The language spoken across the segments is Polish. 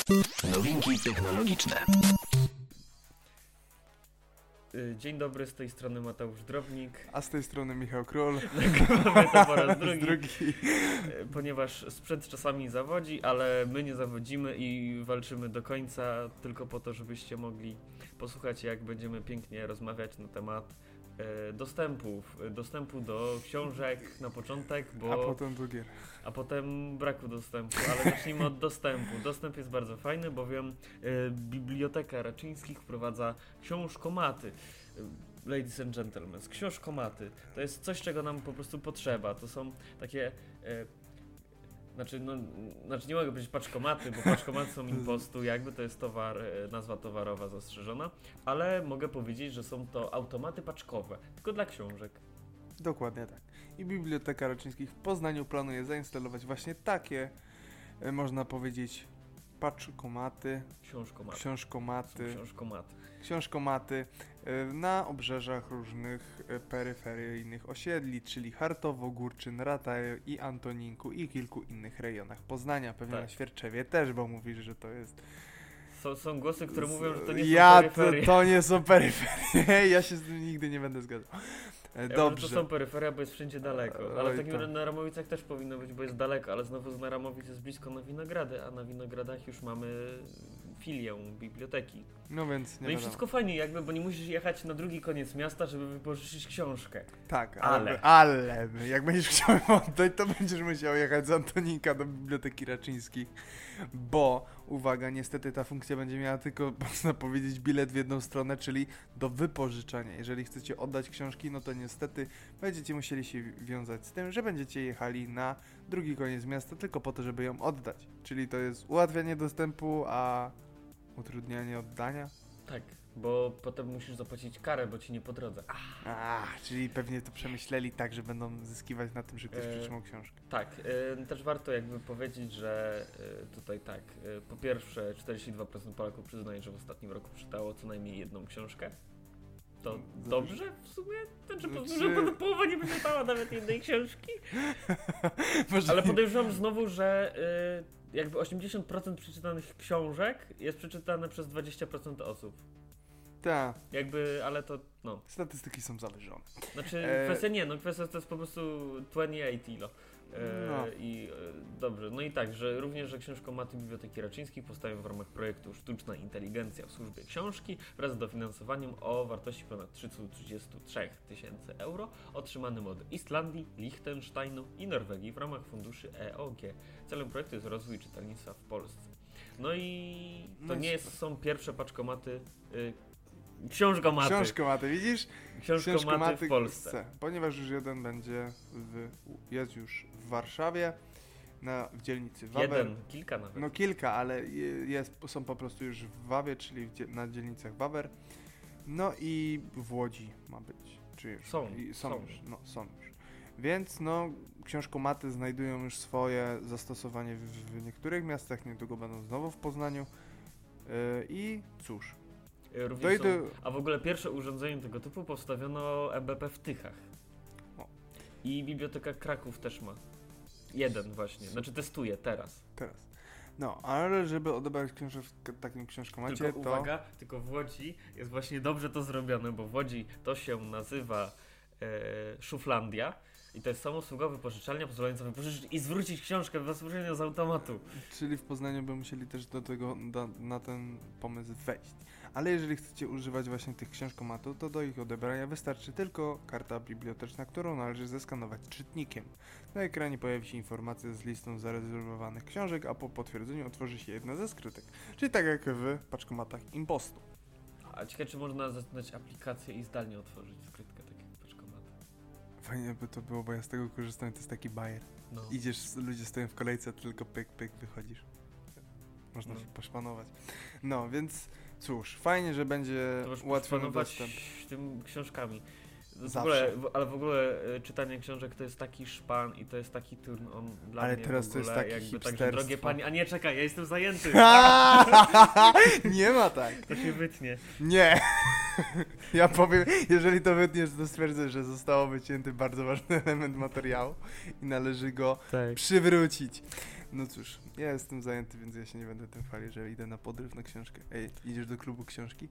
Nowinki technologiczne. Dzień dobry, z tej strony Mateusz Drobnik. A z tej strony Michał Król. Nagrywamy to po raz drugi. Ponieważ sprzęt czasami zawodzi, ale my nie zawodzimy i walczymy do końca tylko po to, żebyście mogli posłuchać, jak będziemy pięknie rozmawiać na temat dostępu do książek na początek, A potem do gier. A potem braku dostępu, ale zacznijmy od dostępu. Dostęp jest bardzo fajny, bowiem Biblioteka Raczyńskich wprowadza książkomaty. Ladies and gentlemen, książkomaty to jest coś, czego nam po prostu potrzeba. To są takie... Znaczy nie mogę powiedzieć paczkomaty, bo paczkomaty są impostu, jakby to jest towar, nazwa towarowa zastrzeżona, ale mogę powiedzieć, że są to automaty paczkowe, tylko dla książek. Dokładnie tak. I Biblioteka Raczyńskich w Poznaniu planuje zainstalować właśnie takie, można powiedzieć, paczkomaty, książkomaty na obrzeżach różnych peryferyjnych osiedli, czyli Chartowo, Górczyn, Rataje i Antoninku i kilku innych rejonach Poznania. Pewnie na Świerczewie też, bo mówisz, że to jest... Są głosy, które mówią, że to nie są peryferie. To nie są peryferie. Ja się z tym nigdy nie będę zgadzał. Dobrze. To są peryferia, bo jest wszędzie daleko. Ale w takim razie na Ramowicach też powinno być, bo jest daleko, ale znowu z Ramowic jest blisko na Winogrady, a na Winogradach już mamy filię biblioteki. No więc nie i wszystko fajnie jakby, bo nie musisz jechać na drugi koniec miasta, żeby wypożyczyć książkę. Tak, ale jak będziesz chciał oddać, to będziesz musiał jechać z Antonika do Biblioteki Raczyńskich, bo, uwaga, niestety ta funkcja będzie miała tylko, można powiedzieć, bilet w jedną stronę, czyli do wypożyczania. Jeżeli chcecie oddać książki, no to niestety będziecie musieli się wiązać z tym, że będziecie jechali na drugi koniec miasta tylko po to, żeby ją oddać. Czyli to jest ułatwianie dostępu, a utrudnianie oddania? Tak, bo potem musisz zapłacić karę, bo ci nie po drodze. Czyli pewnie to przemyśleli tak, że będą zyskiwać na tym, że ktoś przetrzymał książkę. Tak, też warto jakby powiedzieć, że tutaj tak, po pierwsze 42% Polaków przyznaje, że w ostatnim roku przeczytało co najmniej jedną książkę. To dobrze w sumie? Znaczy, że połowa nie przeczytała nawet jednej książki. Ale podejrzewam znowu, że jakby 80% przeczytanych książek jest przeczytane przez 20% osób. Tak. Jakby, ale to, no. Statystyki są zawyżone. Znaczy, kwestia to jest po prostu 28 I dobrze, no i tak, że również, że książkomaty Biblioteki Raczyńskich powstają w ramach projektu Sztuczna Inteligencja w służbie książki wraz z dofinansowaniem o wartości ponad 333 000 euro otrzymanym od Islandii, Liechtensteinu i Norwegii w ramach funduszy EOG. Celem projektu jest rozwój czytelnictwa w Polsce. No i to nie są pierwsze paczkomaty, Książkomaty, widzisz? Książkomaty w Polsce. Ponieważ już jeden jest już w Warszawie, w dzielnicy Wawer. Kilka nawet. No kilka, ale są po prostu już w Wawie, czyli na dzielnicach Wawer. No i w Łodzi ma być. Czy już? Są już. Więc książkomaty znajdują już swoje zastosowanie w niektórych miastach, niedługo będą znowu w Poznaniu. I cóż. A w ogóle pierwsze urządzenie tego typu postawiono EBP w Tychach. I Biblioteka Kraków też ma. Jeden właśnie. Znaczy testuje teraz. No, ale żeby odebrać książkę w takim książkomacie, uwaga, tylko w Łodzi jest właśnie dobrze to zrobione, bo w Łodzi to się nazywa Szuflandia. I to jest samousługowa wypożyczalnia pozwalająca wypożyczyć i zwrócić książkę bezpośrednio z automatu. Czyli w Poznaniu by musieli też na ten pomysł wejść. Ale jeżeli chcecie używać właśnie tych książkomatów, to do ich odebrania wystarczy tylko karta biblioteczna, którą należy zeskanować czytnikiem. Na ekranie pojawi się informacja z listą zarezerwowanych książek, a po potwierdzeniu otworzy się jedna ze skrytek. Czyli tak jak w paczkomatach Impostu. A ciekawe, czy można zaznać aplikację i zdalnie otworzyć skrytkę, tak jak paczkomaty. Fajnie by to było, bo ja z tego korzystam, to jest taki bajer. No. Idziesz, ludzie stoją w kolejce, tylko pyk, wychodzisz. Można się poszpanować. No, więc cóż, fajnie, że będzie ułatwiony dostęp. Tym książkami. W ogóle czytanie książek to jest taki szpan i to jest taki turn on dla mnie. Ale teraz to jest takie hipsterstwo. Drogie panie, a nie, czekaj, ja jestem zajęty. Nie ma tak. To się wytnie. Nie. Ja powiem, jeżeli to wytniesz, to stwierdzę, że zostało wycięty bardzo ważny element materiału i należy go przywrócić. No cóż, ja jestem zajęty, więc ja się nie będę tym chwalił, że idę na podryw na książkę. Ej, idziesz do klubu książki?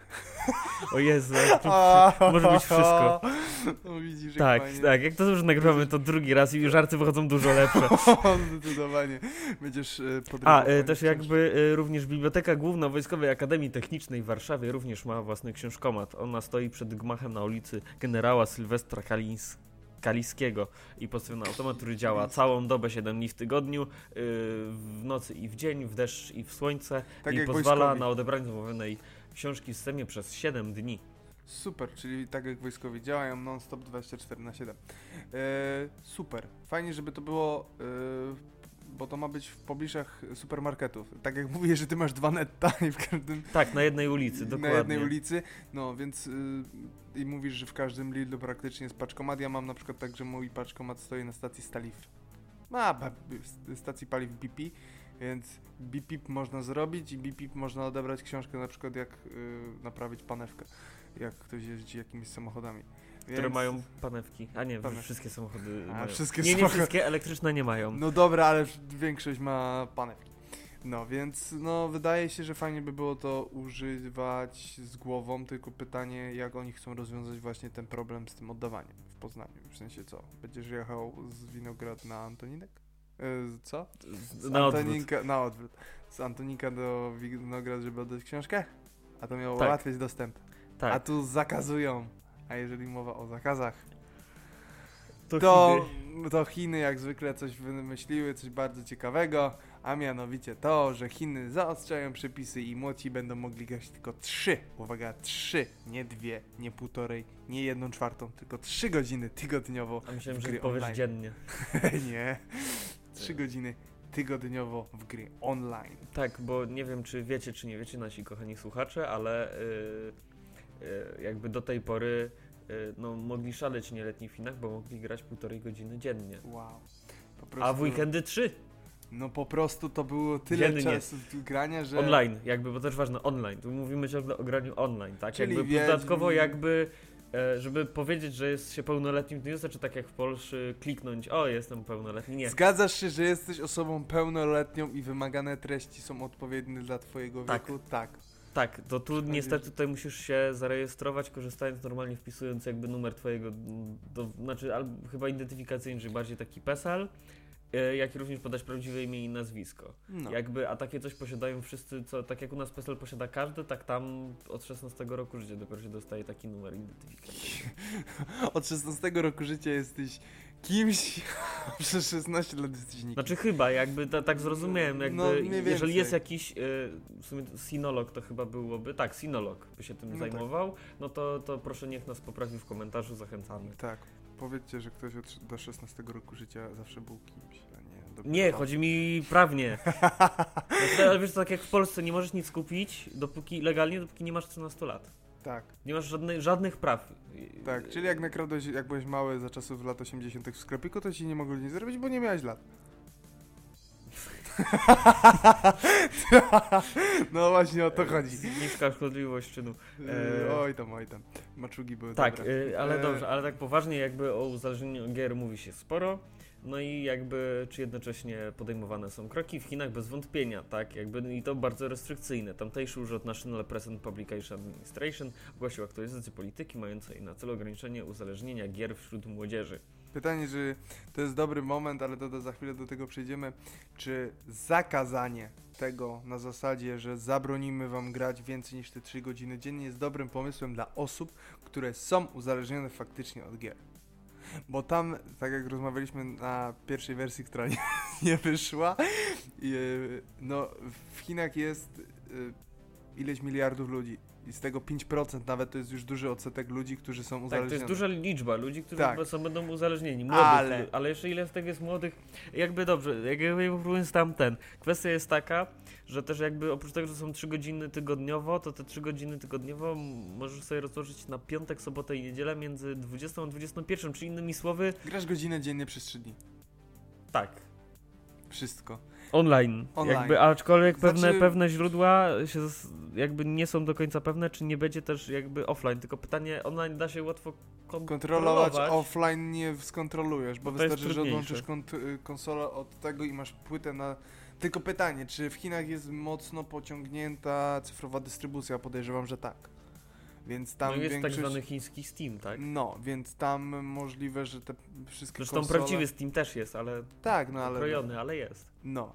O Jezu, może być wszystko. No widzisz, Tak, jak fajnie. tak, jak to już nagrywamy to drugi raz i żarty wychodzą dużo lepsze. Zdecydowanie. Będziesz podrywał fajne Też książki. jakby również Biblioteka Główna Wojskowej Akademii Technicznej w Warszawie również ma własny książkomat. Ona stoi przed gmachem na ulicy generała Sylwestra Kaliskiego i postawiony automat, który działa całą dobę, 7 dni w tygodniu, w nocy i w dzień, w deszcz i w słońce Tak i jak pozwala wojskowi. na odebranie zamówionej książki w systemie przez 7 dni. Super, czyli tak jak wojskowi działają non-stop 24/7. Super. Fajnie, żeby to było, bo to ma być w pobliżach supermarketów. Tak jak mówię, że ty masz 2 netta i w każdym... Tak, na jednej ulicy, dokładnie. Na jednej ulicy, no więc i mówisz, że w każdym Lidlu praktycznie jest paczkomat. Ja mam na przykład tak, że mój paczkomat stoi na stacji Staliv. Stacji paliw BP, więc BP można zrobić i BP można odebrać książkę, na przykład jak naprawić panewkę, jak ktoś jeździ jakimiś samochodami. Które Więc... mają panewki. A nie, Panewki. wszystkie samochody A, mają. wszystkie nie samochody. wszystkie elektryczne nie mają. No dobra, ale większość ma panewki. No więc no wydaje się, że fajnie by było to używać z głową, tylko pytanie, jak oni chcą rozwiązać właśnie ten problem z tym oddawaniem w Poznaniu. W sensie co? Będziesz jechał z Winograd na Antoninek? Co? Na odwrót. Na odwrót. Z Antonika do Winograd, żeby oddać książkę? A to miało Tak. ułatwiać dostęp. A Tak, tu zakazują. A jeżeli mowa o zakazach, to to Chiny jak zwykle coś wymyśliły, coś bardzo ciekawego, a mianowicie to, że Chiny zaostrzają przepisy i młodzi będą mogli grać tylko 3, uwaga, 3, nie 2, nie 1,5, nie 1/4, tylko 3 godziny tygodniowo A myślałem, w że gry powiesz online. dziennie. Nie, 3 godziny tygodniowo w gry online. Tak, bo nie wiem, czy wiecie, czy nie wiecie, nasi kochani słuchacze, ale jakby do tej pory no, mogli szaleć nieletni w Chinach, bo mogli grać 1,5 godziny dziennie. Wow. Po prostu, A w weekendy 3. No po prostu to było tyle Dziennie. czasu grania, że... Online, jakby, bo też ważne, online. Tu mówimy ciągle o graniu online, tak? Czyli Jakby dodatkowo jakby, żeby powiedzieć, że jest się pełnoletnim, to nie wystarczy tak jak w Polsce kliknąć, o jestem pełnoletni, nie. Zgadzasz się, że jesteś osobą pełnoletnią i wymagane treści są odpowiednie dla twojego Tak. wieku? Tak. Tak, to tu niestety tutaj musisz się zarejestrować, korzystając normalnie, wpisując jakby numer twojego, znaczy chyba identyfikacyjny, czyli bardziej taki PESEL, jak i również podać prawdziwe imię i nazwisko. No. Jakby, a takie coś posiadają wszyscy, co tak jak u nas PESEL posiada każdy, tak tam od 16 roku życia dopiero się dostaje taki numer identyfikacyjny. Od 16 roku życia jesteś kimś, a przez 16 lat jesteś nikim. Znaczy chyba, jakby tak zrozumiałem, jakby No, mniej więcej. jeżeli jest jakiś, w sumie sinolog to chyba byłoby, tak, sinolog by się tym No zajmował, no to proszę niech nas poprawi w komentarzu, zachęcamy. Tak. Powiedzcie, że ktoś do 16 roku życia zawsze był kimś, a nie... do Nie, 15. chodzi mi prawnie. Znaczy, ale wiesz, to tak jak w Polsce nie możesz nic kupić legalnie, dopóki nie masz 13 lat. Tak, Nie masz żadnych praw. tak. Czyli jak nakradłeś, jak byłeś mały za czasów lat 80 w sklepiku, to ci nie mogli nic zrobić, bo nie miałeś lat. No właśnie o to chodzi. Niska szkodliwość czynu. Oj tam. Maczugi były Tak, dobre. ale dobrze, ale tak poważnie jakby o uzależnieniu od gier mówi się sporo. No i jakby, czy jednocześnie podejmowane są kroki w Chinach bez wątpienia, tak, jakby i to bardzo restrykcyjne. Tamtejszy urząd National Press and Publication Administration ogłosił aktualizację polityki mającej na celu ograniczenie uzależnienia gier wśród młodzieży. Pytanie, czy to jest dobry moment, ale to za chwilę do tego przejdziemy, czy zakazanie tego na zasadzie, że zabronimy wam grać więcej niż te 3 godziny dziennie jest dobrym pomysłem dla osób, które są uzależnione faktycznie od gier. Bo tam, tak jak rozmawialiśmy na pierwszej wersji, która nie wyszła, no w Chinach jest ileś miliardów ludzi. I z tego 5% nawet to jest już duży odsetek ludzi, którzy są Tak, uzależnieni. to jest duża liczba ludzi, którzy Tak. będą uzależnieni, młodych, Ale jeszcze ile z tego jest młodych, jakby dobrze, jakby mówiąc tamten, kwestia jest taka, że też jakby oprócz tego, że są 3 godziny tygodniowo, to te 3 godziny tygodniowo możesz sobie rozłożyć na piątek, sobotę i niedzielę między 20 a 21, czyli innymi słowy, grasz godzinę dziennie przez 3 dni. tak. Wszystko. Online. Online. Jakby, aczkolwiek Znaczy- pewne źródła się jakby nie są do końca pewne, czy nie będzie też jakby offline, tylko pytanie, online da się łatwo Kontrolować offline nie skontrolujesz, bo No to jest wystarczy, że trudniejsze. odłączysz konsolę od tego i masz płytę na... Tylko pytanie, czy w Chinach jest mocno pociągnięta cyfrowa dystrybucja? Podejrzewam, że tak. Więc tam No jest większość... tak zwany chiński Steam, tak? No, więc tam możliwe, że te wszystkie Zresztą konsole... prawdziwy Steam też jest, ale Tak, no ale... okrojony, ale jest. No,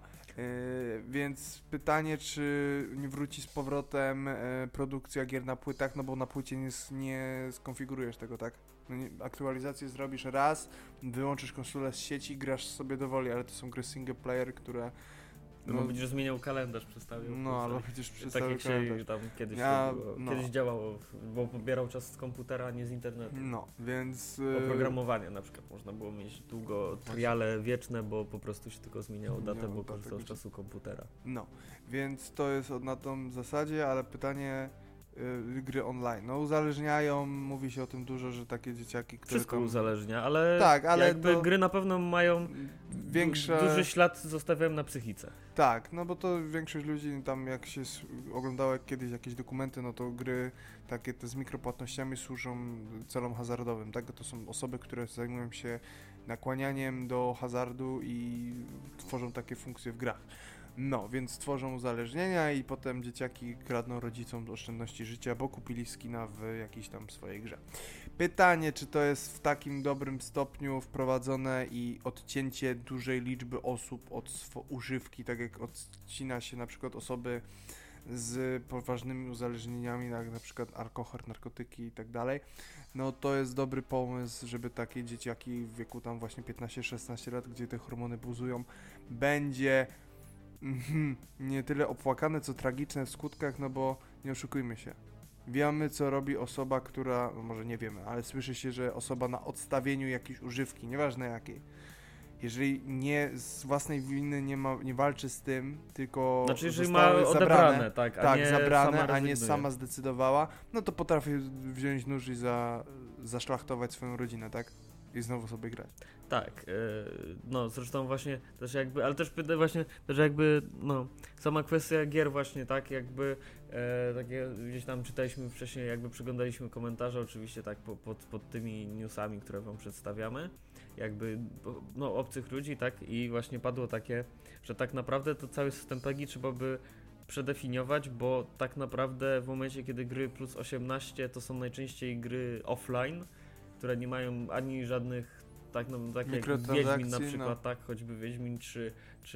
więc pytanie, czy nie wróci z powrotem produkcja gier na płytach, no bo na płycie nie skonfigurujesz tego, tak? No nie, aktualizację zrobisz raz, wyłączysz konsolę z sieci, grasz sobie dowoli, ale to są gry single player, które... No, będziesz zmieniał kalendarz, przestawił. No, albo będziesz tak przestawiał jak kalendarz. się tam kiedyś, No. kiedyś działało, bo pobierał czas z komputera, a nie z internetu. No, więc... Oprogramowanie na przykład można było mieć długo triale wieczne, bo po prostu się tylko zmieniało datę, Zmieniało bo datę, korzystał z godzin. czasu komputera. No, więc to jest na tą zasadzie, ale pytanie... gry online. No uzależniają, mówi się o tym dużo, że takie dzieciaki, które Wszystko tam... uzależnia, ale, Tak, ale jakby to- gry na pewno mają Większe... duży ślad zostawiają na psychice. Tak, no bo to większość ludzi tam jak się oglądało kiedyś jakieś dokumenty, no to gry takie te z mikropłatnościami służą celom hazardowym, tak? To są osoby, które zajmują się nakłanianiem do hazardu i tworzą takie funkcje w grach. No, więc tworzą uzależnienia i potem dzieciaki kradną rodzicom oszczędności życia, bo kupili skina w jakiejś tam swojej grze. Pytanie, czy to jest w takim dobrym stopniu wprowadzone i odcięcie dużej liczby osób od używki, tak jak odcina się na przykład osoby z poważnymi uzależnieniami, jak na przykład alkohol, narkotyki i tak dalej, no to jest dobry pomysł, żeby takie dzieciaki w wieku tam właśnie 15-16 lat, gdzie te hormony buzują, będzie nie tyle opłakane, co tragiczne w skutkach, no bo nie oszukujmy się. Wiemy, co robi osoba, która, no może nie wiemy, ale słyszy się, że osoba na odstawieniu jakiejś używki, nieważne jakiej, jeżeli nie z własnej winy nie walczy z tym, tylko Znaczy, jeżeli ma zostały odebrane, tak, a nie zabrane, sama a nie rezygnuje. sama zdecydowała, no to potrafi wziąć nóż i zaszlachtować swoją rodzinę, tak? I znowu sobie grać. Tak, no zresztą właśnie też jakby, ale też właśnie, też jakby, no, sama kwestia gier właśnie, tak, jakby, takie gdzieś tam czytaliśmy wcześniej, jakby przyglądaliśmy komentarze, oczywiście tak pod tymi newsami, które wam przedstawiamy, jakby, no, obcych ludzi, tak, i właśnie padło takie, że tak naprawdę to cały system PEGI trzeba by przedefiniować, bo tak naprawdę w momencie, kiedy gry plus 18 to są najczęściej gry offline, które nie mają ani żadnych, tak, no, tak jak Wiedźmin na przykład, no. tak, choćby Wiedźmin czy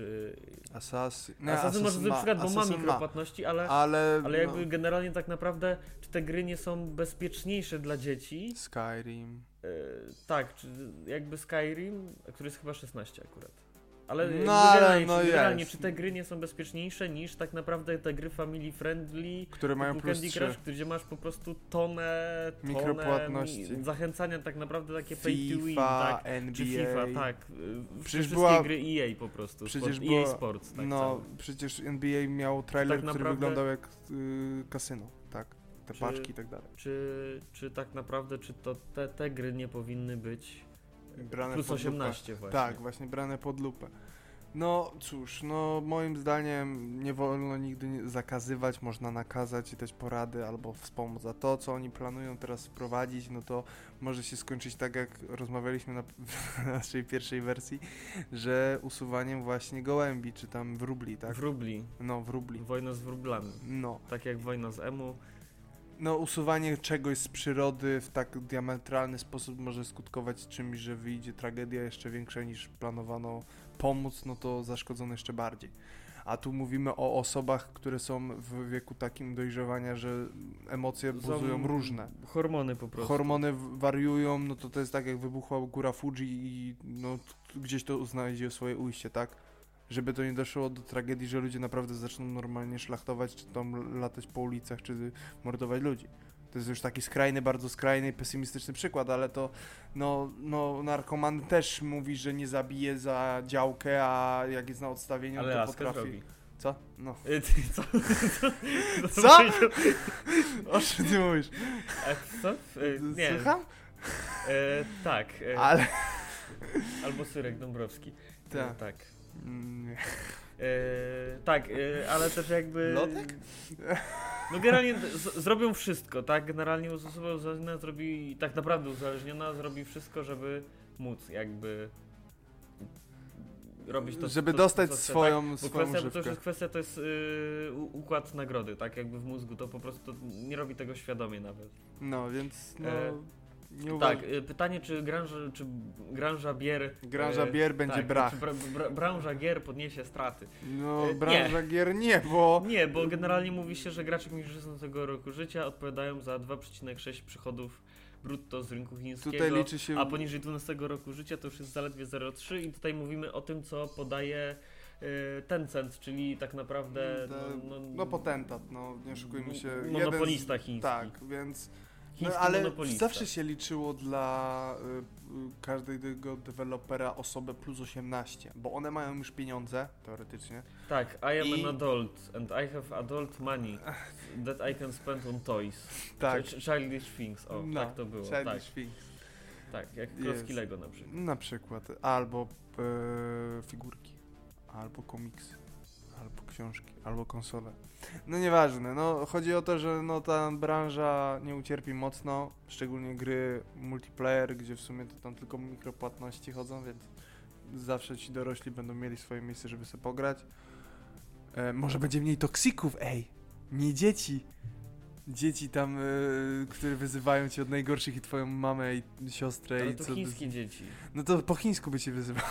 Assassin może zły przykład, bo ma mikropłatności, ale jakby generalnie tak naprawdę, czy te gry nie są bezpieczniejsze dla dzieci? Skyrim. Tak, czy jakby Skyrim, który jest chyba 16 akurat. Ale No, jakby ale generalnie, jest. czy te gry nie są bezpieczniejsze niż tak naprawdę te gry family friendly, Które mają typu plus Candy 3. Crush, gdzie masz po prostu tonę Mikropłatności. zachęcania tak naprawdę takie pay to win, FIFA, tak? NBA. Czy FIFA, tak. Przecież Wszystkie była- gry EA po prostu, przecież EA była- Sports, tak No, cały. przecież NBA miał trailer, Tak który naprawdę- wyglądał jak kasyno, tak? Te Czy- paczki i tak dalej. Czy tak naprawdę, czy to te gry nie powinny być Brane plus pod lupę. 18 właśnie? Tak, właśnie brane pod lupę. No cóż, no moim zdaniem nie wolno nigdy zakazywać, można nakazać i dać porady albo wspomóc. A to, co oni planują teraz wprowadzić, no to może się skończyć tak, jak rozmawialiśmy na naszej pierwszej wersji, że usuwaniem właśnie gołębi, czy tam wróbli, tak? Wróbli. No, wróbli. Wojna z wróblami. No. Tak jak wojna z Emu. No, usuwanie czegoś z przyrody w tak diametralny sposób może skutkować czymś, że wyjdzie tragedia jeszcze większa niż planowano pomóc, no to zaszkodzone jeszcze bardziej. A tu mówimy o osobach, które są w wieku takim dojrzewania, że emocje buzują różne. Hormony po prostu. Hormony wariują, no to jest tak jak wybuchła góra Fuji i no gdzieś to znajdzie swoje ujście, tak? Żeby to nie doszło do tragedii, że ludzie naprawdę zaczną normalnie szlachtować, czy tam latać po ulicach, czy mordować ludzi. To jest już taki skrajny, bardzo skrajny i pesymistyczny przykład, ale to no narkoman też mówi, że nie zabije za działkę, a jak jest na odstawieniu, Ale to laska potrafi. zrobi. Co? No. Co? Co? O czym ty mówisz? Co? Nie. Słucham? Tak. Ale... Albo Syrek Dąbrowski. Tak. Tak. Nie. Tak, ale też jakby... Lotek? No generalnie zrobią wszystko, tak? Generalnie osoba uzależniona zrobi, tak naprawdę uzależniona zrobi wszystko, żeby móc jakby robić to, żeby to, dostać co chce, swoją, tak? swoją Bo to żywkę. już jest kwestia, to jest układ nagrody, tak? Jakby w mózgu to po prostu nie robi tego świadomie nawet. No, więc no, nie Tak, uważam. pytanie czy branża gier... Branża gier będzie tak, brach. Czy branża gier podniesie straty? No, nie. branża gier nie, bo... Nie, bo generalnie mówi się, że gracze mniej 16 roku życia odpowiadają za 2,6 przychodów brutto z rynku chińskiego, Tutaj liczy się... a poniżej 12 roku życia to już jest zaledwie 0,3 i tutaj mówimy o tym, co podaje Tencent, czyli tak naprawdę... No potentat, no nie oszukujmy się. Monopolista chiński. Tak, więc... No, Chiński ale monopolista. zawsze się liczyło dla każdego dewelopera osobę plus 18, bo one mają już pieniądze, teoretycznie. Tak, I am an adult and I have adult money that I can spend on toys. Tak. Childish things, o, No, tak to było. Childish Things. Tak, jak Jest. klocki Lego na przykład. Na przykład, albo figurki, albo komiksy, albo książki, albo konsole. No nieważne, no chodzi o to, że no ta branża nie ucierpi mocno, szczególnie gry multiplayer, gdzie w sumie to tam tylko mikropłatności chodzą, więc zawsze ci dorośli będą mieli swoje miejsce, żeby sobie pograć. Może będzie mniej toksików, ej, nie dzieci. Dzieci tam, które wyzywają cię od najgorszych i twoją mamę i siostrę. Ale i to co chińskie dzieci. No to po chińsku by cię wyzywał.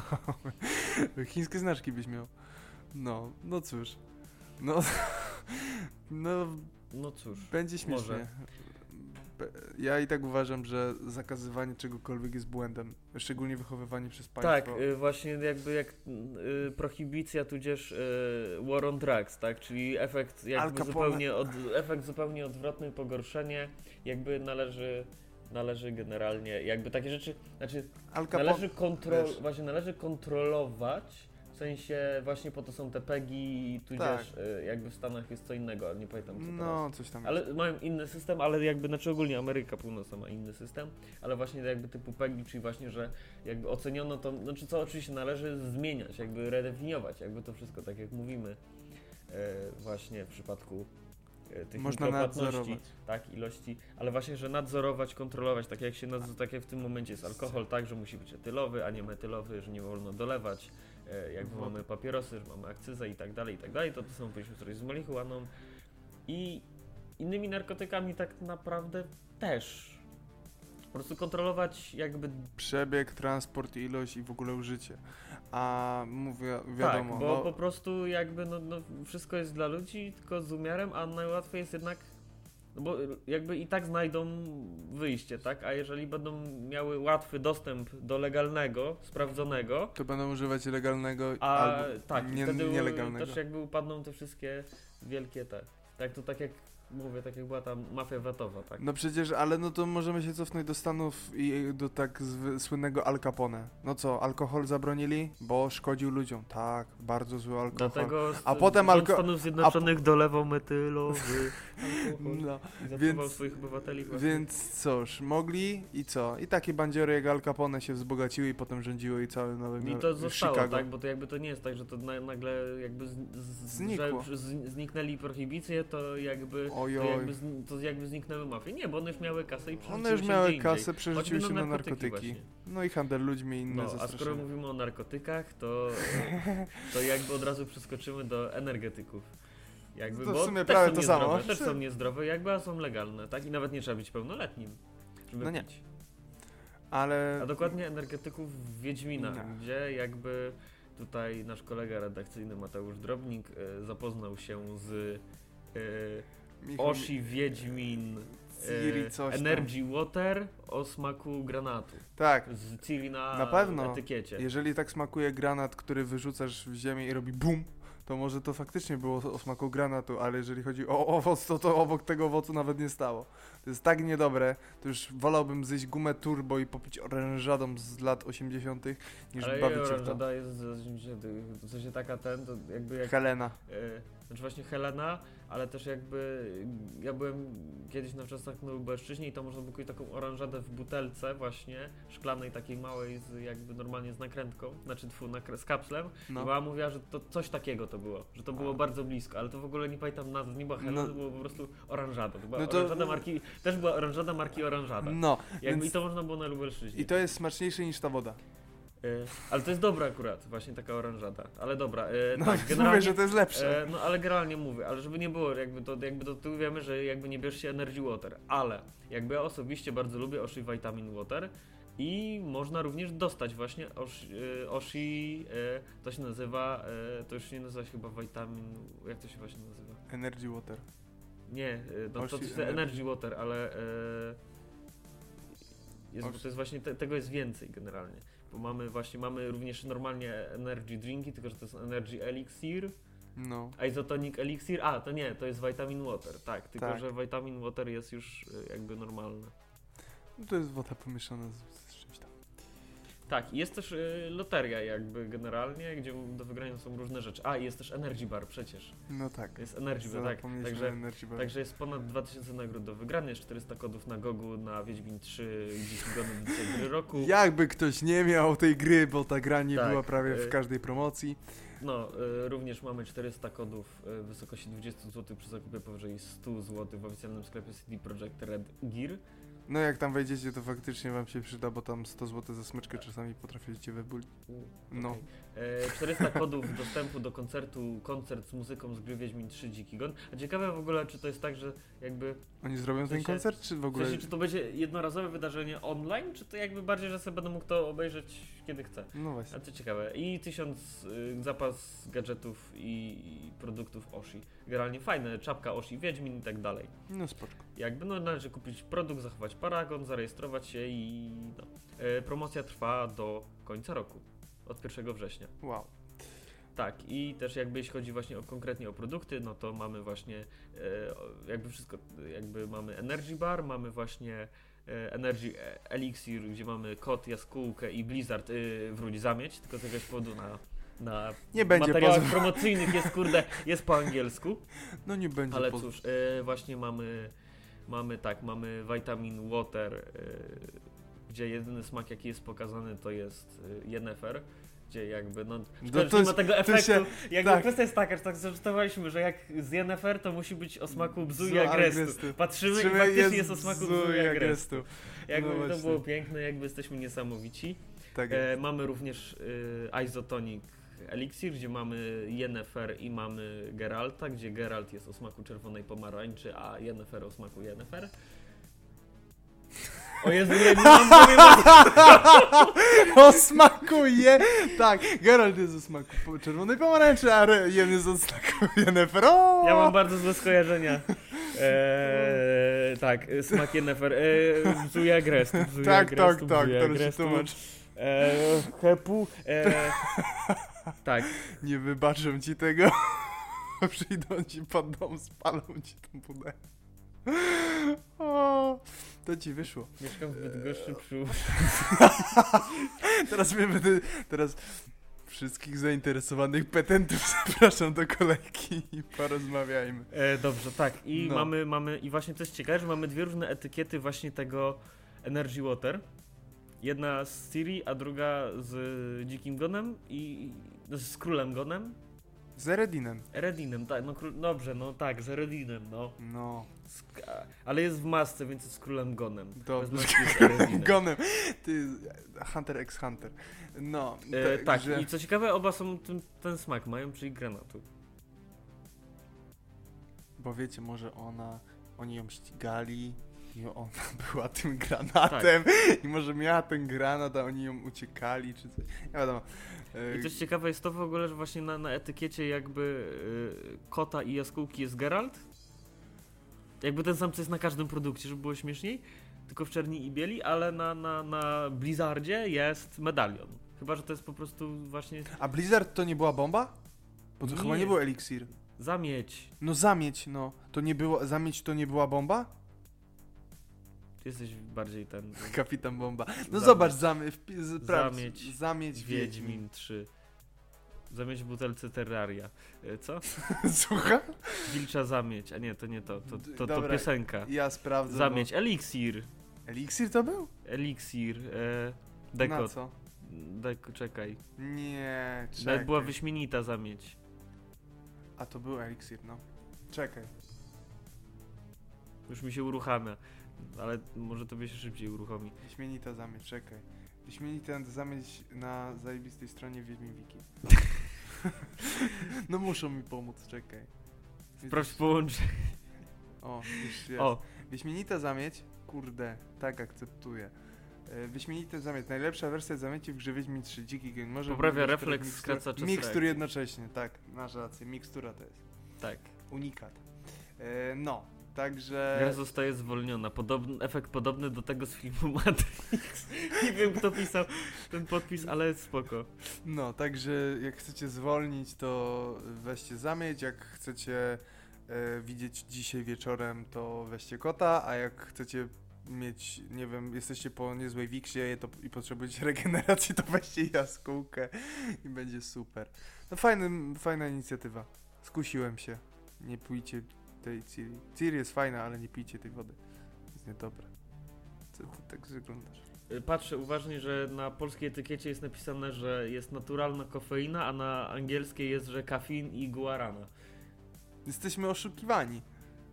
Chińskie znaczki byś miał. No cóż. No, no No cóż, będzie śmiesznie. może. Ja i tak uważam, że zakazywanie czegokolwiek jest błędem. Szczególnie wychowywanie przez państwo. Tak, właśnie jakby jak prohibicja tudzież war on drugs, tak, czyli efekt Al jakby Capone. efekt zupełnie odwrotny, pogorszenie, jakby należy generalnie, jakby takie rzeczy, znaczy Al Capone, wiesz. właśnie należy kontrolować, w sensie właśnie po to są te PEGI, tudzież jakby w Stanach jest co innego, ale nie pamiętam co teraz. No, coś tam. Ale mają inny system, ale jakby, znaczy ogólnie Ameryka Północna ma inny system, ale właśnie jakby typu PEGI, czyli właśnie, że jakby oceniono to, znaczy co oczywiście należy zmieniać, jakby redefiniować, jakby to wszystko, tak jak mówimy właśnie w przypadku tych Można mikropłatności, nadzorować. tak, ilości, ale właśnie, że nadzorować, kontrolować, tak jak się tak jak w tym momencie jest alkohol, tak, że musi być etylowy, a nie metylowy, że nie wolno dolewać, jakby Woda. mamy papierosy, że mamy akcyzę i tak dalej, to samo powinniśmy zrobić z marihuaną i innymi narkotykami tak naprawdę też. Po prostu kontrolować jakby... Przebieg, transport, ilość i w ogóle użycie. A mówię, wiadomo. Tak, bo po prostu jakby no wszystko jest dla ludzi, tylko z umiarem, a najłatwiej jest jednak... No bo jakby i tak znajdą wyjście, tak? A jeżeli będą miały łatwy dostęp do legalnego, sprawdzonego, to będą używać legalnego a albo tak, wtedy nielegalnego. też jakby upadną te wszystkie wielkie te... Tak, to tak jak mówię, tak jak była ta mafia VAT-owa, tak? No przecież, ale no to możemy się cofnąć do Stanów i do tak słynnego Al Capone. No co, alkohol zabronili? Bo szkodził ludziom. Tak, bardzo zły alkohol. Dlatego A potem rząd Stanów Zjednoczonych dolewał metylowy alkohol No, i zatruwał więc- swoich obywateli właśnie. więc cóż, mogli i co? I takie bandziory jak Al Capone się wzbogaciły i potem rządziły i cały Nowy I to zostało, Chicago. tak? Bo to jakby to nie jest tak, że to nagle jakby Znikło. że zniknęli prohibicje, to jakby Ojoj. to jakby zniknęły mafie. Nie, bo one już miały kasę i przerzuciły One już się miały gdzie indziej. kasę, przerzuciły Choćby się na narkotyki. właśnie. No i handel ludźmi i inne No, a skoro zastraszenia. mówimy o narkotykach, to jakby od razu przeskoczymy do energetyków. Jakby, To w bo sumie też prawie są to samo. niezdrowe, też są niezdrowe, jakby, a są legalne, tak? I nawet nie trzeba być pełnoletnim, żeby No nie. pić. Ale A dokładnie energetyków w Wiedźmina, No. gdzie jakby tutaj nasz kolega redakcyjny Mateusz Drobnik zapoznał się z Michał, Oshi Wiedźmin Ciri coś tam. Energy Water o smaku granatu. Tak, Z Ciri Na pewno. etykiecie. jeżeli tak smakuje granat, który wyrzucasz w ziemię i robi bum, to może to faktycznie było o smaku granatu, ale jeżeli chodzi o owoc, to obok tego owocu nawet nie stało. To jest tak niedobre, to już wolałbym zjeść gumę turbo i popić orężadą z lat 80. niż Ale bawić się w to. oranżada jest w sensie taka to jakby jak Helena. Znaczy właśnie Helena, ale też jakby ja byłem kiedyś na wczesach na Lubelszczyźnie i to można było kupić taką oranżadę w butelce właśnie, szklanej takiej małej, jakby normalnie z nakrętką, znaczy z kapslem. I mama mówiła, że to coś takiego to było, że to było bardzo blisko, ale to w ogóle nie pamiętam nazwy, nie była Helena, to było po prostu oranżada. To była oranżada marki, też była oranżada marki Oranżada. No, jakby i to można było na Lubelszczyźnie. I to jest smaczniejsze niż ta woda. Ale to jest dobra akurat, właśnie taka oranżada, ale dobra. No tak, generalnie, mówię, że to jest lepsze. no ale generalnie mówię, ale żeby nie było, jakby to tu wiemy, że jakby nie bierz się Energy Water, ale jakby ja osobiście bardzo lubię Oshi Vitamin Water i można również dostać właśnie Oshi, to się nazywa, to już nie nazywa się chyba Vitamin, jak to się właśnie nazywa? Energy Water. Nie, no to jest Energy Water, ale bo to jest właśnie, tego jest więcej generalnie. Bo mamy również normalnie energy drinki, tylko że to jest energy elixir, isotonic elixir, to nie, to jest vitamin water, tak, tylko że vitamin water jest już jakby normalny. No to jest woda pomieszana z czymś tam. Tak, jest też loteria jakby generalnie, gdzie do wygrania są różne rzeczy. I jest też energy bar przecież. No tak. Jest energy bar, tak. Także jest ponad 2000 nagród do wygrania, jest 400 kodów na Gogu, na Wiedźmin 3 Dziki Gon edycja gry roku. Jakby ktoś nie miał tej gry, bo ta gra nie była prawie w każdej promocji. No, również mamy 400 kodów w wysokości 20 zł przy zakupie powyżej 100 zł w oficjalnym sklepie CD Projekt Red Gear. No jak tam wejdziecie, to faktycznie wam się przyda, bo tam 100 zł za smyczkę czasami potraficie wybulić. No. Okay. 400 kodów dostępu do koncert z muzyką z gry Wiedźmin 3 Dziki Gon. A ciekawe w ogóle, czy to jest tak, że jakby... Oni zrobią ten koncert, czy w ogóle... W sensie, czy to będzie jednorazowe wydarzenie online, czy to jakby bardziej, że sobie będę mógł to obejrzeć kiedy chcę. No właśnie. A to ciekawe. I 1000 zapas gadżetów i produktów Oshi. Generalnie fajne, czapka Oshi, Wiedźmin i tak dalej. No spoczko. Jakby należy kupić produkt, zachować paragon, zarejestrować się i no. Promocja trwa do końca roku. Od 1 września. Wow. Tak, i też jakby jeśli chodzi właśnie konkretnie o produkty, no to mamy właśnie jakby wszystko, jakby mamy Energy Bar, mamy właśnie Energy Elixir, gdzie mamy kot, jaskółkę i Blizzard zamieć, tylko z jakiegoś powodu na nie będzie materiałach promocyjnych jest po angielsku. No nie będzie. Ale cóż, właśnie mamy Vitamin Water, gdzie jedyny smak jaki jest pokazany to jest Yennefer, gdzie jakby nie ma tego efektu, kwestia jest taka, że tak zaczynaliśmy, że jak z Yennefer to musi być o smaku bzu i agrestu. Patrzymy i faktycznie jest o smaku bzu i agrestu. Jakby to było piękne, jakby jesteśmy niesamowici. Tak mamy również Isotonic Elixir, gdzie mamy Yennefer i mamy Geralta, gdzie Geralt jest o smaku czerwonej pomarańczy, a Yennefer o smaku Yennefer. O Jezu, nie powiem o smaku tak, Geralt jest o smaku czerwonej pomarańczy, a Jen jest o smaku Yennefer. Ja mam bardzo złe skojarzenia. Tak, smak Yennefer. Bzu i agrestu. Tak, teraz się tłumacz. Hepu. Tak. Nie wybaczę ci tego. Przyjdą ci pod dom, spalą ci tą budę. O, to ci wyszło. Mieszkam w Bydgoszczy przy... Teraz wszystkich zainteresowanych petentów zapraszam do kolejki i porozmawiajmy. Dobrze, tak. I mamy i właśnie to jest ciekawe, że mamy dwie różne etykiety właśnie tego Energy Water. Jedna z Ciri, a druga z Dzikim Gonem i z Królem Gonem. Z Eredinem. Eredinem, tak, dobrze, z Eredinem, No. Ale jest w masce, więc jest z Królem Gonem. Dobrze, z Gonem. Ty, Hunter x Hunter. No. Tak, i co ciekawe, oba są ten smak mają, czyli granatu. Bo wiecie, może oni ją ścigali i ona była tym granatem i może miała ten granat, a oni ją uciekali, czy coś. Nie wiadomo. I coś ciekawe jest to w ogóle, że właśnie na etykiecie jakby kota i jaskółki jest Geralt. Jakby ten sam, co jest na każdym produkcie, żeby było śmieszniej. Tylko w czerni i bieli, ale na Blizzardzie jest medalion. Chyba, że to jest po prostu właśnie... A Blizzard to nie była bomba? Bo to chyba nie był eliksir. Zamieć. No zamieć, no. To nie było... Zamieć to nie była bomba? Ty jesteś bardziej ten... Kapitan Bomba. No zobacz, Zamieć Wiedźmin 3. Zamieć w butelce Terraria. Co? Słucham? Wilcza zamieć. A nie, to nie to. To Dobra, piosenka. Ja sprawdzę. Zamieć. Eliksir. Eliksir to był? Eliksir. Na Dekot. co? Czekaj. Nie, Nawet czekaj. była wyśmienita zamieć. A to był eliksir, no. Czekaj. Już mi się uruchamia. Ale może tobie się szybciej uruchomi. Wyśmienita zamieć, czekaj. Wyśmienita zamieć na zajebistej stronie Wiedźmin Wiki. No muszą mi pomóc, czekaj. Sprawdź połączenie. O, już jest. O, Wyśmienita zamieć, kurde, tak akceptuję. Wyśmienita zamieć, najlepsza wersja zamieci w grze Wiedźmin 3, dziki game. Może poprawia być refleks, mikstur- skraca czas Mikstur reakcji. jednocześnie, tak, masz rację, mikstura to jest. tak. Unikat. No, także... Gra zostaje zwolniona. Efekt podobny do tego z filmu Matrix. Nie wiem, kto pisał ten podpis, ale spoko. No, także jak chcecie zwolnić, to weźcie zamieć, jak chcecie widzieć dzisiaj wieczorem, to weźcie kota, a jak chcecie mieć, nie wiem, jesteście po niezłej wiksie i potrzebujecie regeneracji, to weźcie jaskółkę i będzie super. No fajna inicjatywa. Skusiłem się. Nie pijcie tej Ciri. Ciri jest fajna, ale nie pijcie tej wody. Jest niedobre. Co ty tak wyglądasz? Patrzę uważnie, że na polskiej etykiecie jest napisane, że jest naturalna kofeina, a na angielskiej jest, że kafein i guarana. Jesteśmy oszukiwani.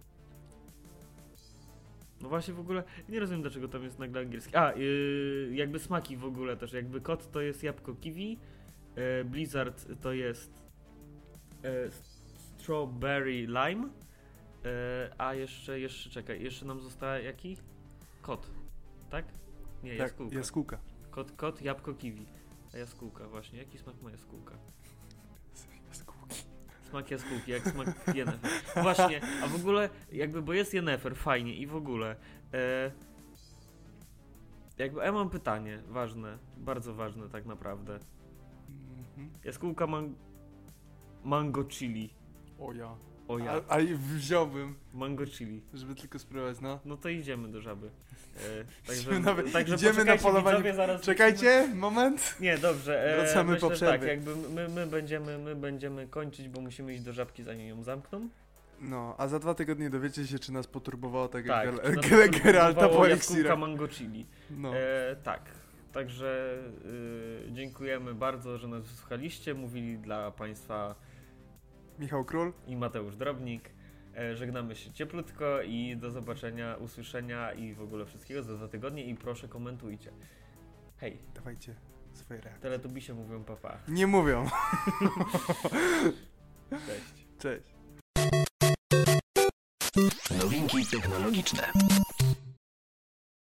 No właśnie w ogóle nie rozumiem, dlaczego tam jest nagle angielski. Jakby smaki w ogóle też. Jakby kot to jest jabłko kiwi, Blizzard to jest strawberry lime, a jeszcze czekaj, jeszcze nam została jaki? Kot, tak? Nie, Tak, jaskółka. jaskółka. Kot, jabłko, kiwi. A jaskółka właśnie. Jaki smak ma jaskółka? Jaskółki. Smak jaskółki, jak smak jenefer. Właśnie, a w ogóle jakby, bo jest jenefer, fajnie i w ogóle jakby, ja mam pytanie ważne, bardzo ważne tak naprawdę. Mhm. Jaskółka mango chili. O ja. O ja, A wziąłbym, mango chili. żeby tylko spróbować, no. No to idziemy do żaby. Idziemy na Także idziemy na poczekajcie, polowanie. widzowie, zaraz Czekajcie, moment. Nie, dobrze. Wracamy myślę, po że tak, przerwie. jakby my będziemy kończyć, bo musimy iść do żabki, zanim ją zamkną. No, a za 2 tygodnie dowiecie się, czy nas poturbowało tak Tak, jak czy nas Geralta poturbowało po jaskółka eliksirach. mango chili. No. Tak, także dziękujemy bardzo, że nas wysłuchaliście. Mówili dla Państwa Michał Król. i Mateusz Drobnik. Żegnamy się cieplutko i do zobaczenia, usłyszenia i w ogóle wszystkiego za 2 tygodnie i proszę komentujcie. Hej, Dawajcie swoje reakcje. teletubisie mówią papa. Nie mówią. Cześć. Cześć. Nowinki technologiczne.